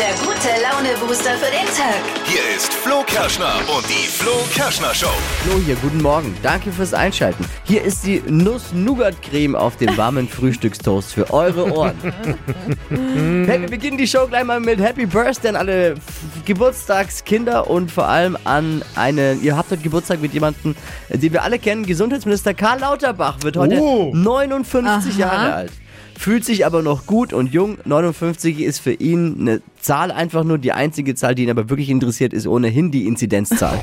der Gute-Laune-Booster für den Tag. Hier ist Flo Kerschner und die Flo Kerschner Show. Flo hier, guten Morgen. Danke fürs Einschalten. Hier ist die Nuss-Nougat-Creme auf dem warmen Frühstückstoast für eure Ohren. Hey, wir beginnen die Show gleich mal mit Happy Birthday an alle Geburtstagskinder und vor allem an ihr habt heute Geburtstag mit jemandem, den wir alle kennen. Gesundheitsminister Karl Lauterbach wird heute 59 Jahre alt. Fühlt sich aber noch gut und jung. 59 ist für ihn eine Zahl einfach nur. Die einzige Zahl, die ihn aber wirklich interessiert, ist ohnehin die Inzidenzzahl.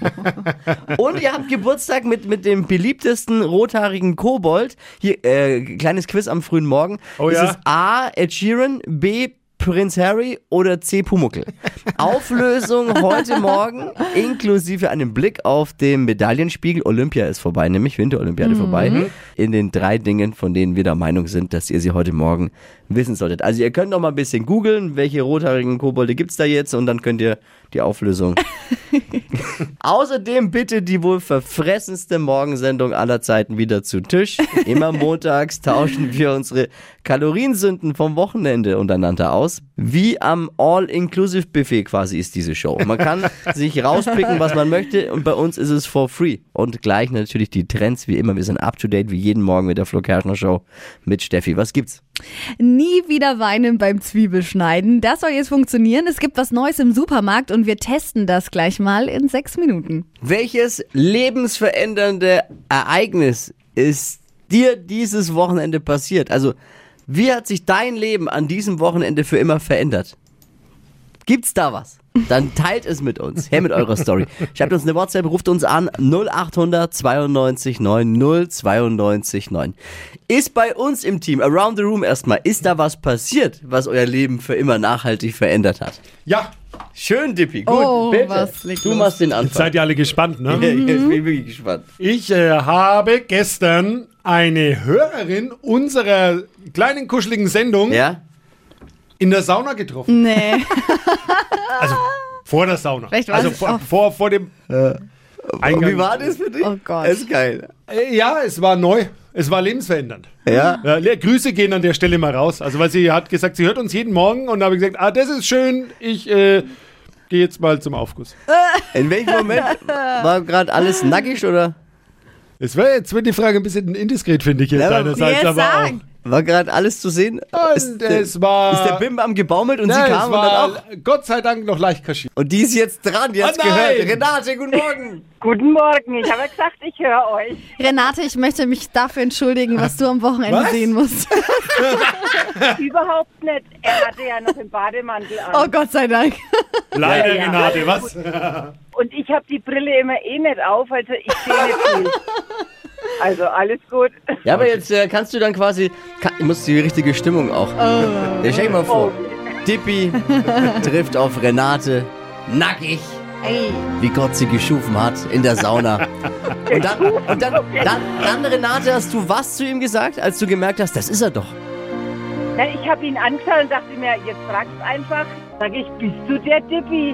Und ihr habt Geburtstag mit dem beliebtesten rothaarigen Kobold. Hier, kleines Quiz am frühen Morgen. Ist es A, Ed Sheeran, B, Prinz Harry oder C, Pumuckl? Auflösung heute Morgen, inklusive einem Blick auf den Medaillenspiegel. Olympia ist vorbei, nämlich Winterolympiade vorbei. In den 3 Dingen, von denen wir der Meinung sind, dass ihr sie heute Morgen wissen solltet. Also ihr könnt noch mal ein bisschen googeln, welche rothaarigen Kobolde gibt's da jetzt, und dann könnt ihr die Auflösung. Außerdem bitte die wohl verfressenste Morgensendung aller Zeiten wieder zu Tisch. Immer montags tauschen wir unsere Kaloriensünden vom Wochenende untereinander aus. Wie am All-Inclusive-Buffet quasi ist diese Show. Man kann sich rauspicken, was man möchte, und bei uns ist es for free. Und gleich natürlich die Trends, wie immer. Wir sind up-to-date, wie jeden Morgen mit der Flo Kerschner Show mit Steffi. Was gibt's? Nie wieder weinen beim Zwiebelschneiden. Das soll jetzt funktionieren. Es gibt was Neues im Supermarkt und wir testen das gleich mal in 6 Minuten. Welches lebensverändernde Ereignis ist dir dieses Wochenende passiert? Also, wie hat sich dein Leben an diesem Wochenende für immer verändert? Gibt's da was? Dann teilt es mit uns. Her mit eurer Story. Schreibt uns eine WhatsApp, ruft uns an 0800 92 9 092 9. Ist bei uns im Team, around the room erstmal, ist da was passiert, was euer Leben für immer nachhaltig verändert hat? Ja. Schön, Dippi. Gut, bitte. Du machst den Anfang. Jetzt seid ihr alle gespannt, ne? Ja, ich bin wirklich gespannt. Ich habe gestern eine Hörerin unserer kleinen kuscheligen Sendung in der Sauna getroffen. Nee. Also vor der Sauna. Also vor dem Eingang. Wie war das für dich? Oh Gott. Das ist geil. Ja, es war neu. Es war lebensverändernd. Ja. Grüße gehen an der Stelle mal raus. Also weil sie hat gesagt, sie hört uns jeden Morgen, und da habe ich gesagt, das ist schön, ich gehe jetzt mal zum Aufguss. In welchem Moment war gerade alles nackig, oder? Jetzt wird die Frage ein bisschen indiskret, finde ich, deinerseits, aber auch. War gerade alles zu sehen? Ist der Bim am gebaumelt und sie kam und dann auch? Gott sei Dank noch leicht kaschiert. Und die ist jetzt dran, die hat's gehört. Renate, guten Morgen. Guten Morgen, ich habe ja gesagt, ich höre euch. Renate, ich möchte mich dafür entschuldigen, was du am Wochenende sehen musst. Überhaupt nicht. Er hatte ja noch den Bademantel an. Oh Gott sei Dank. Leider, ja. Renate, was? Und ich habe die Brille immer nicht auf, also ich sehe nicht viel. Also alles gut. Ja, aber jetzt kannst du dann quasi, du musst die richtige Stimmung auch. Ja, stell dir mal vor, Dippi trifft auf Renate, nackig, wie Gott sie geschufen hat in der Sauna. Und dann, Renate, hast du was zu ihm gesagt, als du gemerkt hast, das ist er doch? Na, ich habe ihn angeschaut und dachte mir, jetzt fragst einfach. Sag ich, bist du der Dippi?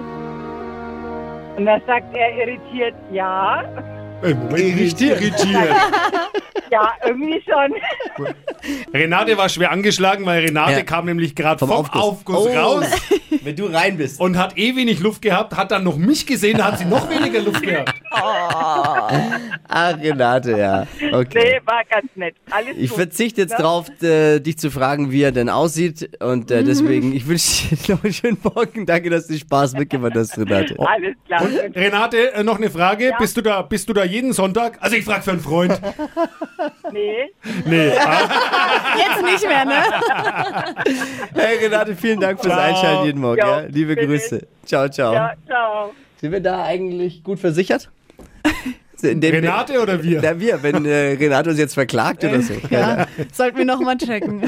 Und dann sagt er irritiert, ja. Irritiert. Ja, irgendwie schon. Renate war schwer angeschlagen, weil Renate kam nämlich gerade vom Aufguss raus. Wenn du rein bist. Und hat wenig Luft gehabt, hat dann noch mich gesehen, da hat sie noch weniger Luft gehabt. Ach, Renate, ja. Okay. Nee, war ganz nett. Alles ich gut. verzichte jetzt drauf, dich zu fragen, wie er denn aussieht. Und deswegen, ich wünsche dir noch einen schönen Morgen. Danke, dass du Spaß mitgemacht hast, Renate. Alles klar. Und Renate, noch eine Frage. Ja. Bist du da jeden Sonntag? Also ich frage für einen Freund. Nee. Jetzt nicht mehr, ne? Hey Renate, vielen Dank fürs Einschalten jeden Morgen. Ja, liebe Grüße. Ciao, ciao. Ja, ciao. Sind wir da eigentlich gut versichert? Renate oder wir? Ja, wir, wenn Renate uns jetzt verklagt oder so. Ja, sollten wir nochmal checken.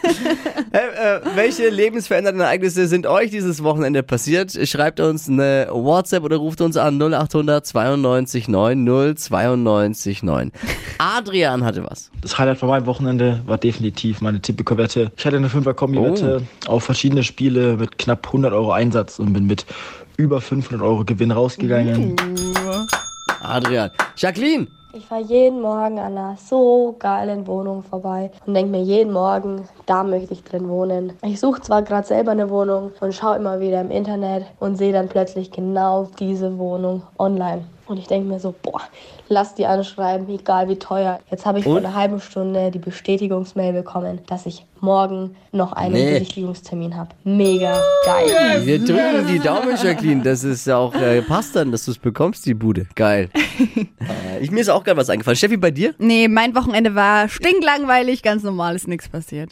Welche lebensverändernden Ereignisse sind euch dieses Wochenende passiert? Schreibt uns eine WhatsApp oder ruft uns an 0800 92 9 092 9. Adrian hatte was. Das Highlight von meinem Wochenende war definitiv meine Tipico-Wette. Ich hatte eine 5er-Kombi-Wette auf verschiedene Spiele mit knapp 100 Euro Einsatz und bin mit über 500 Euro Gewinn rausgegangen. Adrian. Jacqueline, Ich fahre jeden Morgen an einer so geilen Wohnung vorbei und denke mir jeden Morgen, da möchte ich drin wohnen. Ich suche zwar gerade selber eine Wohnung und schaue immer wieder im Internet und sehe dann plötzlich genau diese Wohnung online. Und ich denke mir so, boah, lass die anschreiben, egal wie teuer. Jetzt habe ich vor einer halben Stunde die Bestätigungsmail bekommen, dass ich morgen noch einen Besichtigungstermin habe. Mega geil. Wir drücken die Daumen, Jacqueline, dass es auch passt dann, dass du es bekommst, die Bude. Geil. Mir ist auch gerade was eingefallen. Steffi, bei dir? Nee, mein Wochenende war stinklangweilig, ganz normal, ist nichts passiert.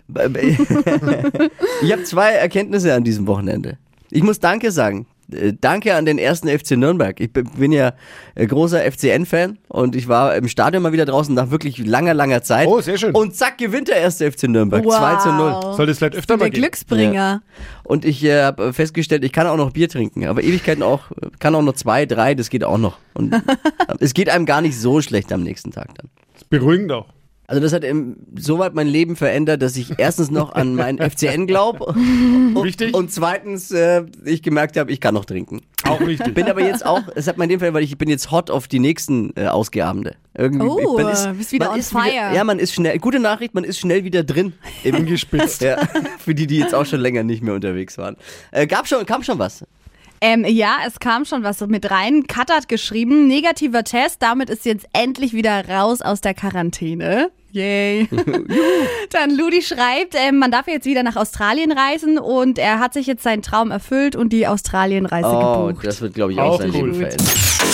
Ich habe 2 Erkenntnisse an diesem Wochenende. Ich muss Danke sagen. Danke an den 1. FC Nürnberg. Ich bin ja großer FCN-Fan und ich war im Stadion mal wieder draußen nach wirklich langer Zeit. Oh, sehr schön. Und zack, gewinnt der 1. FC Nürnberg. Wow. 2:0. Soll das vielleicht öfter mal Der gehen? Glücksbringer. Ja. Und ich habe festgestellt, ich kann auch noch Bier trinken, aber Ewigkeiten auch, kann auch noch 2, 3, das geht auch noch. Und es geht einem gar nicht so schlecht am nächsten Tag dann. Das ist beruhigend auch. Also das hat soweit mein Leben verändert, dass ich erstens noch an meinen FCN glaube Wichtig. und zweitens ich gemerkt habe, ich kann noch trinken. Auch wichtig. Bin aber jetzt auch, es hat mein Leben verändert, weil ich bin jetzt hot auf die nächsten Ausgehabende. Irgendwie, bist wieder on fire. Ja, man ist schnell, gute Nachricht, man ist schnell wieder drin. Gespitzt. Ja, für die jetzt auch schon länger nicht mehr unterwegs waren. Kam schon was? Ja, es kam schon was mit rein. Kat hat geschrieben, negativer Test, damit ist jetzt endlich wieder raus aus der Quarantäne. Yay. Dann Ludi schreibt, man darf jetzt wieder nach Australien reisen und er hat sich jetzt seinen Traum erfüllt und die Australienreise gebucht. Das wird, glaube ich, auch sein cool. Leben verändern.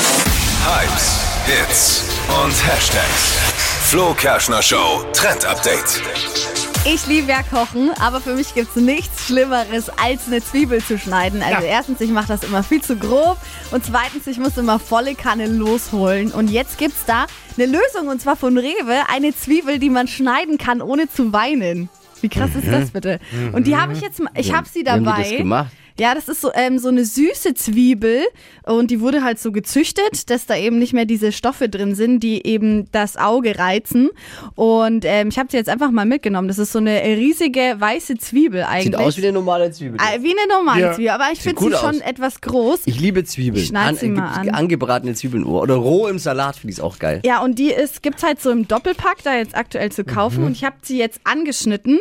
Hypes, Hits und Hashtags. Flo Kerschner Show Trend Update. Ich liebe ja Kochen, aber für mich gibt es nichts Schlimmeres, als eine Zwiebel zu schneiden. Also erstens, ich mache das immer viel zu grob und zweitens, ich muss immer volle Kanne losholen. Und jetzt gibt es da eine Lösung und zwar von Rewe, eine Zwiebel, die man schneiden kann, ohne zu weinen. Wie krass ist das bitte? Und die habe ich jetzt, ich habe sie dabei. Wie haben die das gemacht? Ja, das ist so eine süße Zwiebel und die wurde halt so gezüchtet, dass da eben nicht mehr diese Stoffe drin sind, die eben das Auge reizen. Und ich habe sie jetzt einfach mal mitgenommen. Das ist so eine riesige weiße Zwiebel eigentlich. Sieht aus wie eine normale Zwiebel. Wie eine normale Zwiebel, aber ich finde sie schon etwas groß. Ich liebe Zwiebeln. Ich schneid sie mal an. Angebratene Zwiebeln oder roh im Salat finde ich auch geil. Ja, und die gibt's halt so im Doppelpack da jetzt aktuell zu kaufen. Und ich habe sie jetzt angeschnitten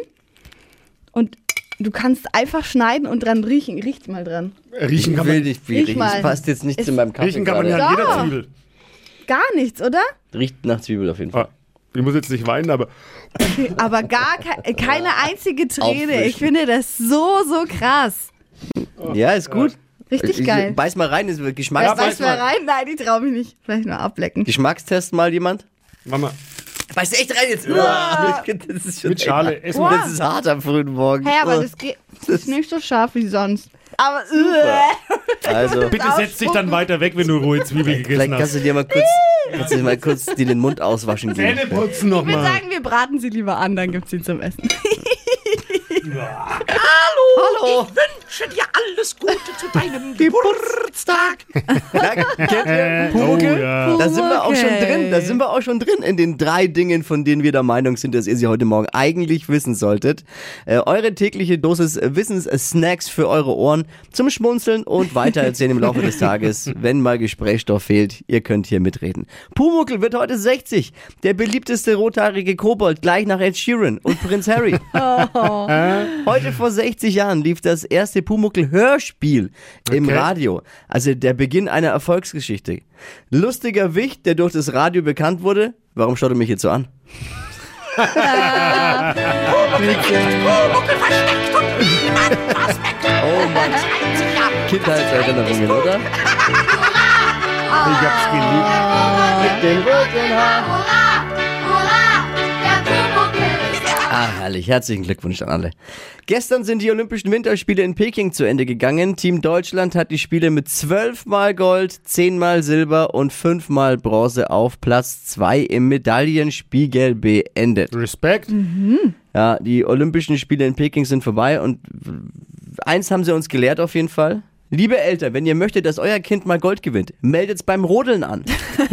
und du kannst einfach schneiden und dran riechen. Riecht mal dran. Riechen kann man nicht viel riechen. Das passt jetzt nicht zu meinem Kaffee. Riechen kann man ja an jeder Zwiebel. Gar nichts, oder? Riecht nach Zwiebel auf jeden Fall. Ich muss jetzt nicht weinen, aber... Aber keine einzige Träne. Ich finde das so krass. Ja, ist gut. Richtig geil. Beiß mal rein, ist Geschmackstest. Beiß mal rein? Nein, ich traue mich nicht. Vielleicht nur ablecken. Geschmackstest mal jemand? Mama. Beiß echt rein jetzt. Das ist schon Mit Schale. Das ist hart am frühen Morgen. Hey, aber das ist nicht so scharf wie sonst. Aber also, Bitte setz dich dann weiter weg, wenn du rohe Zwiebel gegessen vielleicht hast. kannst du dir mal kurz dir den Mund auswaschen gehen. Zähne putzen ich würde nochmal. sagen, wir braten sie lieber an, dann gibt's sie zum Essen. Hallo. Ich wünsche dir alles Gute zu deinem Geburtstag. Pumuckl, ja. Da sind wir auch schon drin in den 3 Dingen, von denen wir der Meinung sind, dass ihr sie heute Morgen eigentlich wissen solltet. Eure tägliche Dosis Wissens-Snacks für eure Ohren zum Schmunzeln und weitererzählen im Laufe des Tages, wenn mal Gesprächsstoff fehlt. Ihr könnt hier mitreden. Pumuckl wird heute 60. Der beliebteste rothaarige Kobold, gleich nach Ed Sheeran und Prinz Harry. Heute vor 60 Jahren lief das erste Pumuckl-Hörspiel im Radio. Also der Beginn einer Erfolgsgeschichte. Lustiger Wicht, der durch das Radio bekannt wurde. Warum schaut er mich jetzt so an? Pumuckl versteckt und niemand was weg. Oh Mann. Kindheitserinnerungen, oder? Ich hab's geliebt. Mit den roten Haaren. Ah, herrlich. Herzlichen Glückwunsch an alle. Gestern sind die Olympischen Winterspiele in Peking zu Ende gegangen. Team Deutschland hat die Spiele mit 12-mal Gold, 10-mal Silber und 5-mal Bronze auf Platz 2 im Medaillenspiegel beendet. Respekt. Ja, die Olympischen Spiele in Peking sind vorbei und eins haben sie uns gelehrt auf jeden Fall. Liebe Eltern, wenn ihr möchtet, dass euer Kind mal Gold gewinnt, meldet's beim Rodeln an.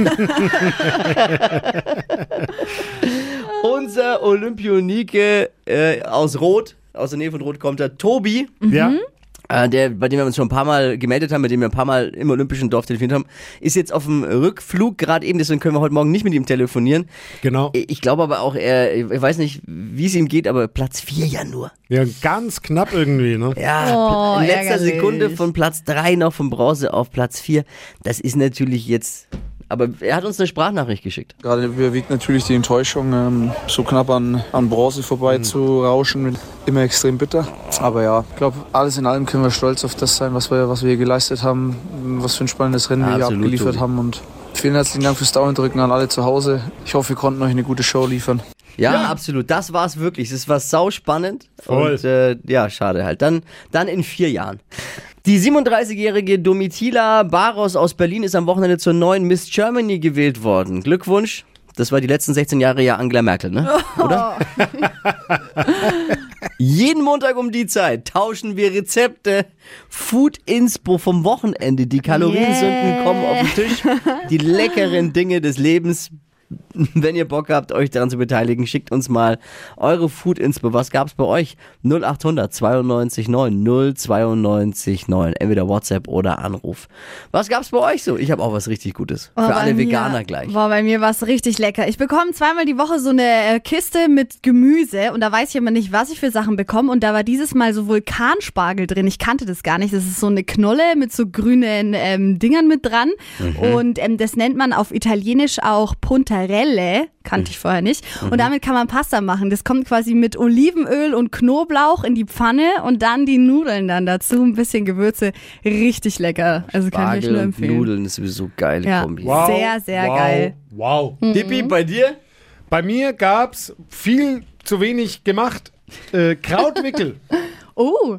Unser Olympionike aus Rot, aus der Nähe von Rot kommt der Tobi. Ja. bei dem wir uns schon ein paar Mal gemeldet haben, mit dem wir ein paar Mal im Olympischen Dorf telefoniert haben, ist jetzt auf dem Rückflug gerade eben, deswegen können wir heute Morgen nicht mit ihm telefonieren. Genau. Ich glaube aber auch, ich weiß nicht, wie es ihm geht, aber Platz 4 ja nur. Ja, ganz knapp irgendwie, ne? Ja, in letzter ärgerlich. Sekunde von Platz 3 noch von Bronze auf Platz 4. Das ist natürlich jetzt... Aber er hat uns eine Sprachnachricht geschickt. Gerade überwiegt natürlich die Enttäuschung, so knapp an Bronze vorbei zu rauschen, immer extrem bitter. Aber ja, ich glaube, alles in allem können wir stolz auf das sein, was wir hier geleistet haben, was für ein spannendes Rennen wir hier abgeliefert haben. Und vielen herzlichen Dank fürs Daumendrücken an alle zu Hause. Ich hoffe, wir konnten euch eine gute Show liefern. Ja, absolut. Das war es wirklich. Es war sauspannend. Voll. Und ja, schade halt. Dann in 4 Jahren. Die 37-jährige Domitila Barros aus Berlin ist am Wochenende zur neuen Miss Germany gewählt worden. Glückwunsch. Das war die letzten 16 Jahre ja Angela Merkel, ne? Oder? Jeden Montag um die Zeit tauschen wir Rezepte. Food Inspo vom Wochenende. Die Kaloriensünden kommen auf den Tisch. Die leckeren Dinge des Lebens. Wenn ihr Bock habt, euch daran zu beteiligen, schickt uns mal eure Food Inspo. Was gab's bei euch? 0800 92 9 092 9. Entweder WhatsApp oder Anruf. Was gab's bei euch so? Ich habe auch was richtig Gutes. Für alle Veganer gleich. Bei mir war es richtig lecker. Ich bekomme zweimal die Woche so eine Kiste mit Gemüse und da weiß ich immer nicht, was ich für Sachen bekomme. Und da war dieses Mal so Vulkanspargel drin. Ich kannte das gar nicht. Das ist so eine Knolle mit so grünen Dingern mit dran. Und das nennt man auf Italienisch auch Puntarelle. Kannte ich vorher nicht. Und damit kann man Pasta machen. Das kommt quasi mit Olivenöl und Knoblauch in die Pfanne und dann die Nudeln dann dazu. Ein bisschen Gewürze. Richtig lecker. Also kann ich euch nur empfehlen. Nudeln ist sowieso geile Kombi. Wow, Sehr, sehr geil. Wow. Dippi, bei dir? Bei mir gab's viel zu wenig gemacht. Krautwickel. Oh,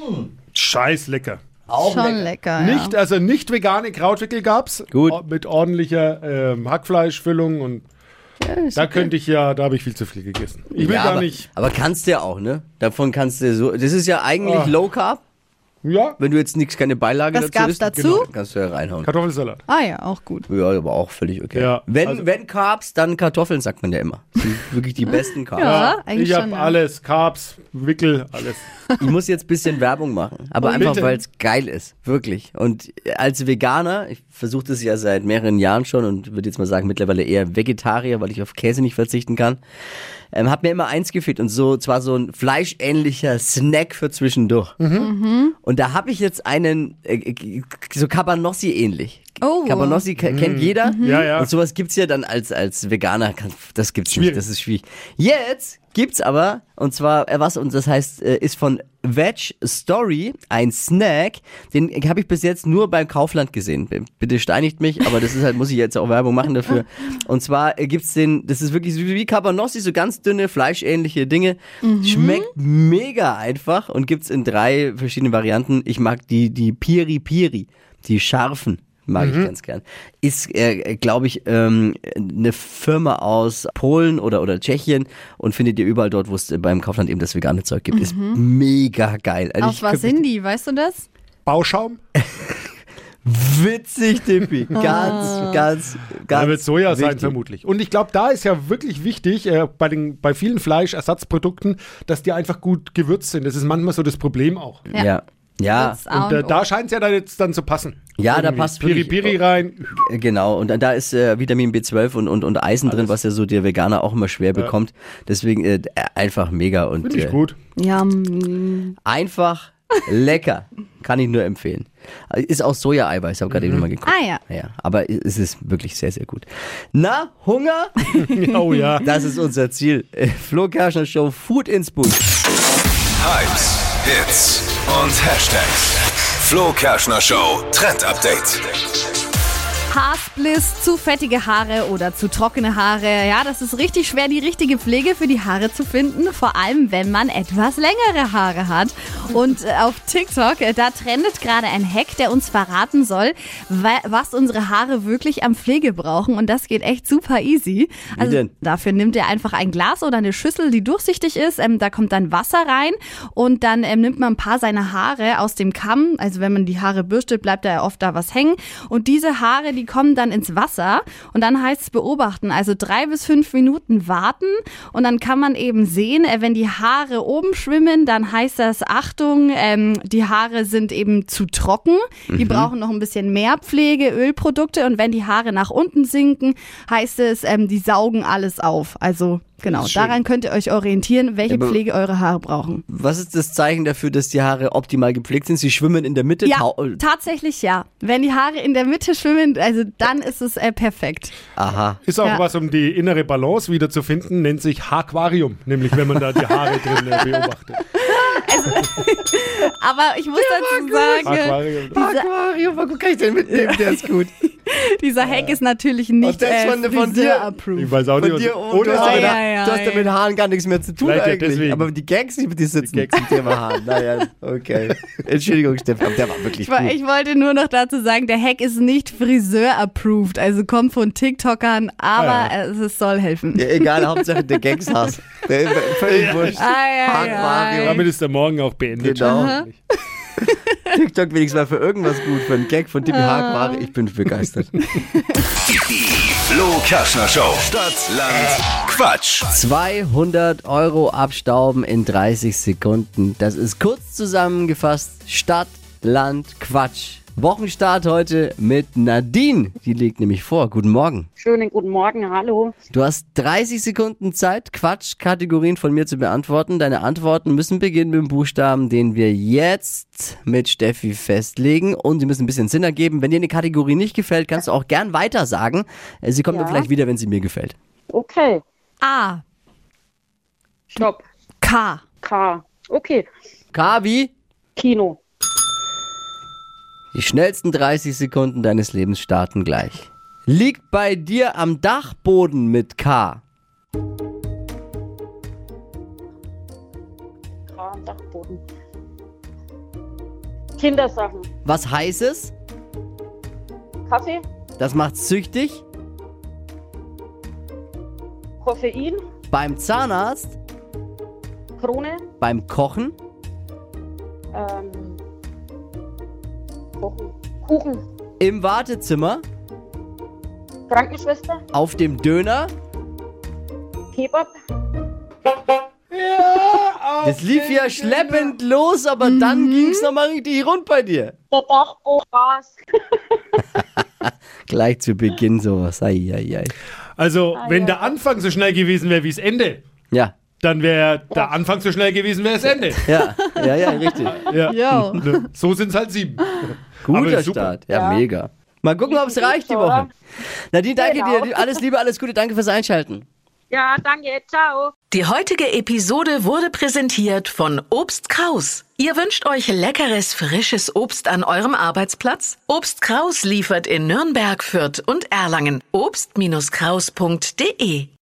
Scheiß lecker. Auch schon lecker. Nicht vegane Krautwickel gab's. Gut. Mit ordentlicher Hackfleischfüllung und da habe ich viel zu viel gegessen. Ich will gar nicht. Aber kannst du ja auch, ne? Davon kannst du so. Das ist ja eigentlich Low Carb. Ja. Wenn du jetzt keine Beilage Was dazu gab's isst, dazu? genau, kannst du ja reinhauen. Kartoffelsalat. Ah ja, auch gut. Ja, aber auch völlig okay. Ja, wenn Carbs, dann Kartoffeln, sagt man ja immer. Das sind wirklich die besten Carbs. Ja, eigentlich Ich schon. habe alles, Carbs, Wickel, alles. Ich muss jetzt ein bisschen Werbung machen, aber einfach, bitte. weil es geil ist, wirklich. Und als Veganer, ich versuche das ja seit mehreren Jahren schon und würde jetzt mal sagen, mittlerweile eher Vegetarier, weil ich auf Käse nicht verzichten kann, hat mir immer eins gefehlt und zwar so ein fleischähnlicher Snack für zwischendurch. Und da habe ich jetzt einen, so Cabanossi ähnlich. Oh. Cabanossi kennt jeder. Ja, ja. Und sowas gibt's ja dann als Veganer, das gibt's nicht, das ist schwierig. Jetzt gibt's aber, und zwar und das heißt, ist von Veg Story, ein Snack, den habe ich bis jetzt nur beim Kaufland gesehen. Bitte steinigt mich, aber das ist halt, muss ich jetzt auch Werbung machen dafür. Und zwar gibt's das ist wirklich wie Cabanossi, so ganz dünne, fleischähnliche Dinge. Schmeckt mega einfach und gibt's in 3 verschiedenen Varianten. Ich mag die Piri Piri, die scharfen. Mag ich ganz gern. Ist, glaube ich, eine Firma aus Polen oder Tschechien und findet ihr überall dort, wo es beim Kaufland eben das vegane Zeug gibt. Ist mega geil. Also Auf was sind die? Weißt du das? Bauschaum? Witzig, Dippi. Ganz Da wird Soja sein, wichtig. vermutlich. Und ich glaube, da ist ja wirklich wichtig, bei vielen Fleischersatzprodukten, dass die einfach gut gewürzt sind. Das ist manchmal so das Problem auch. Ja. Das A Und und O. da scheint es ja dann jetzt dann zu passen. Ja, da Irgendwie. passt Piri wirklich. Piri rein. Genau, und da ist Vitamin B12 und Eisen drin, was ja so der Veganer auch immer schwer bekommt. Deswegen einfach mega und Finde ich gut. Ja, einfach lecker. Kann ich nur empfehlen. Ist aus Soja-Eiweiß, habe gerade eben mal geguckt. Ah ja. Ja, aber es ist wirklich sehr, sehr gut. Na, Hunger? Oh ja. Das ist unser Ziel. Flo Kerschner Show Food Inspo. Hypes, Hits und Hashtags. Flo Kerschner Show Trend Update. Haarspliss, zu fettige Haare oder zu trockene Haare. Ja, das ist richtig schwer, die richtige Pflege für die Haare zu finden. Vor allem, wenn man etwas längere Haare hat. Und auf TikTok, da trendet gerade ein Hack, der uns verraten soll, was unsere Haare wirklich an Pflege brauchen. Und das geht echt super easy. Also denn? dafür nimmt ihr einfach ein Glas oder eine Schüssel, die durchsichtig ist. Da kommt dann Wasser rein und dann nimmt man ein paar seiner Haare aus dem Kamm. Also wenn man die Haare bürstet, bleibt da ja oft da was hängen. Und diese Haare, die kommen dann ins Wasser und dann heißt es beobachten, also 3 bis 5 Minuten warten und dann kann man eben sehen, wenn die Haare oben schwimmen, dann heißt das, Achtung, die Haare sind eben zu trocken, die brauchen noch ein bisschen mehr Pflege, Ölprodukte und wenn die Haare nach unten sinken, heißt es, die saugen alles auf. Also genau, daran könnt ihr euch orientieren, welche Pflege eure Haare brauchen. Was ist das Zeichen dafür, dass die Haare optimal gepflegt sind? Sie schwimmen in der Mitte? Ja, tatsächlich ja. Wenn die Haare in der Mitte schwimmen, also dann ist es perfekt. Aha. Ist auch was, um die innere Balance wieder zu finden, nennt sich Haarquarium, nämlich wenn man da die Haare drin beobachtet. Also, aber ich muss dazu sagen, Aquarium, wo kann ich den mitnehmen? Der ist gut. Dieser Hack ist natürlich nicht von dir approved. Ich weiß auch nicht, du hast ja mit Haaren gar nichts mehr zu tun eigentlich. Deswegen. Aber die Gags, die sitzen zum Thema Haaren. Naja, okay. Entschuldigung, Stefan, der war wirklich gut. Ich wollte nur noch dazu sagen, der Hack ist nicht Friseur-approved, also kommt von TikTokern, aber es soll helfen. Ja, egal, Hauptsache der Gags hast. Völlig wurscht. Haarquarium. Damit ist der Morgen auch beendet. Genau. TikTok wenigstens mal für irgendwas gut, für einen Gag von Tippi Haarquarium. Ich bin begeistert. Die Flo Kerschner Show. Stadt, Land, Quatsch. 200 € abstauben in 30 Sekunden. Das ist kurz zusammengefasst Stadt, Land, Quatsch. Wochenstart heute mit Nadine. Die legt nämlich vor. Guten Morgen. Schönen guten Morgen, hallo. Du hast 30 Sekunden Zeit, Quatsch-Kategorien von mir zu beantworten. Deine Antworten müssen beginnen mit dem Buchstaben, den wir jetzt mit Steffi festlegen. Und sie müssen ein bisschen Sinn ergeben. Wenn dir eine Kategorie nicht gefällt, kannst du auch gern weiter sagen. Sie kommt dann vielleicht wieder, wenn sie mir gefällt. Okay. A. Stopp. K. K. Okay. K wie? Kino. Die schnellsten 30 Sekunden deines Lebens starten gleich. Liegt bei dir am Dachboden mit K. K am Dachboden. Kindersachen. Was heißt es? Kaffee. Das macht süchtig. Koffein. Beim Zahnarzt. Krone. Beim Kochen. Kuchen. Im Wartezimmer. Krankenschwester. Auf dem Döner. Kebab. Das lief ja schleppend los, aber dann ging es nochmal richtig rund bei dir. Der Dachboden war's. Gleich zu Beginn sowas. Ai. Also, wenn der Anfang so schnell gewesen wäre wie das Ende, ja, dann wäre der Anfang so schnell gewesen wie das Ende. Ja, richtig. Ja. So sind es halt 7. Guter Start. Ja, mega. Mal gucken, ob es reicht die Woche. Nadine, danke dir. Alles Liebe, alles Gute. Danke fürs Einschalten. Ja, danke. Ciao. Die heutige Episode wurde präsentiert von Obst Kraus. Ihr wünscht euch leckeres, frisches Obst an eurem Arbeitsplatz? Obst Kraus liefert in Nürnberg, Fürth und Erlangen. Obst-Kraus.de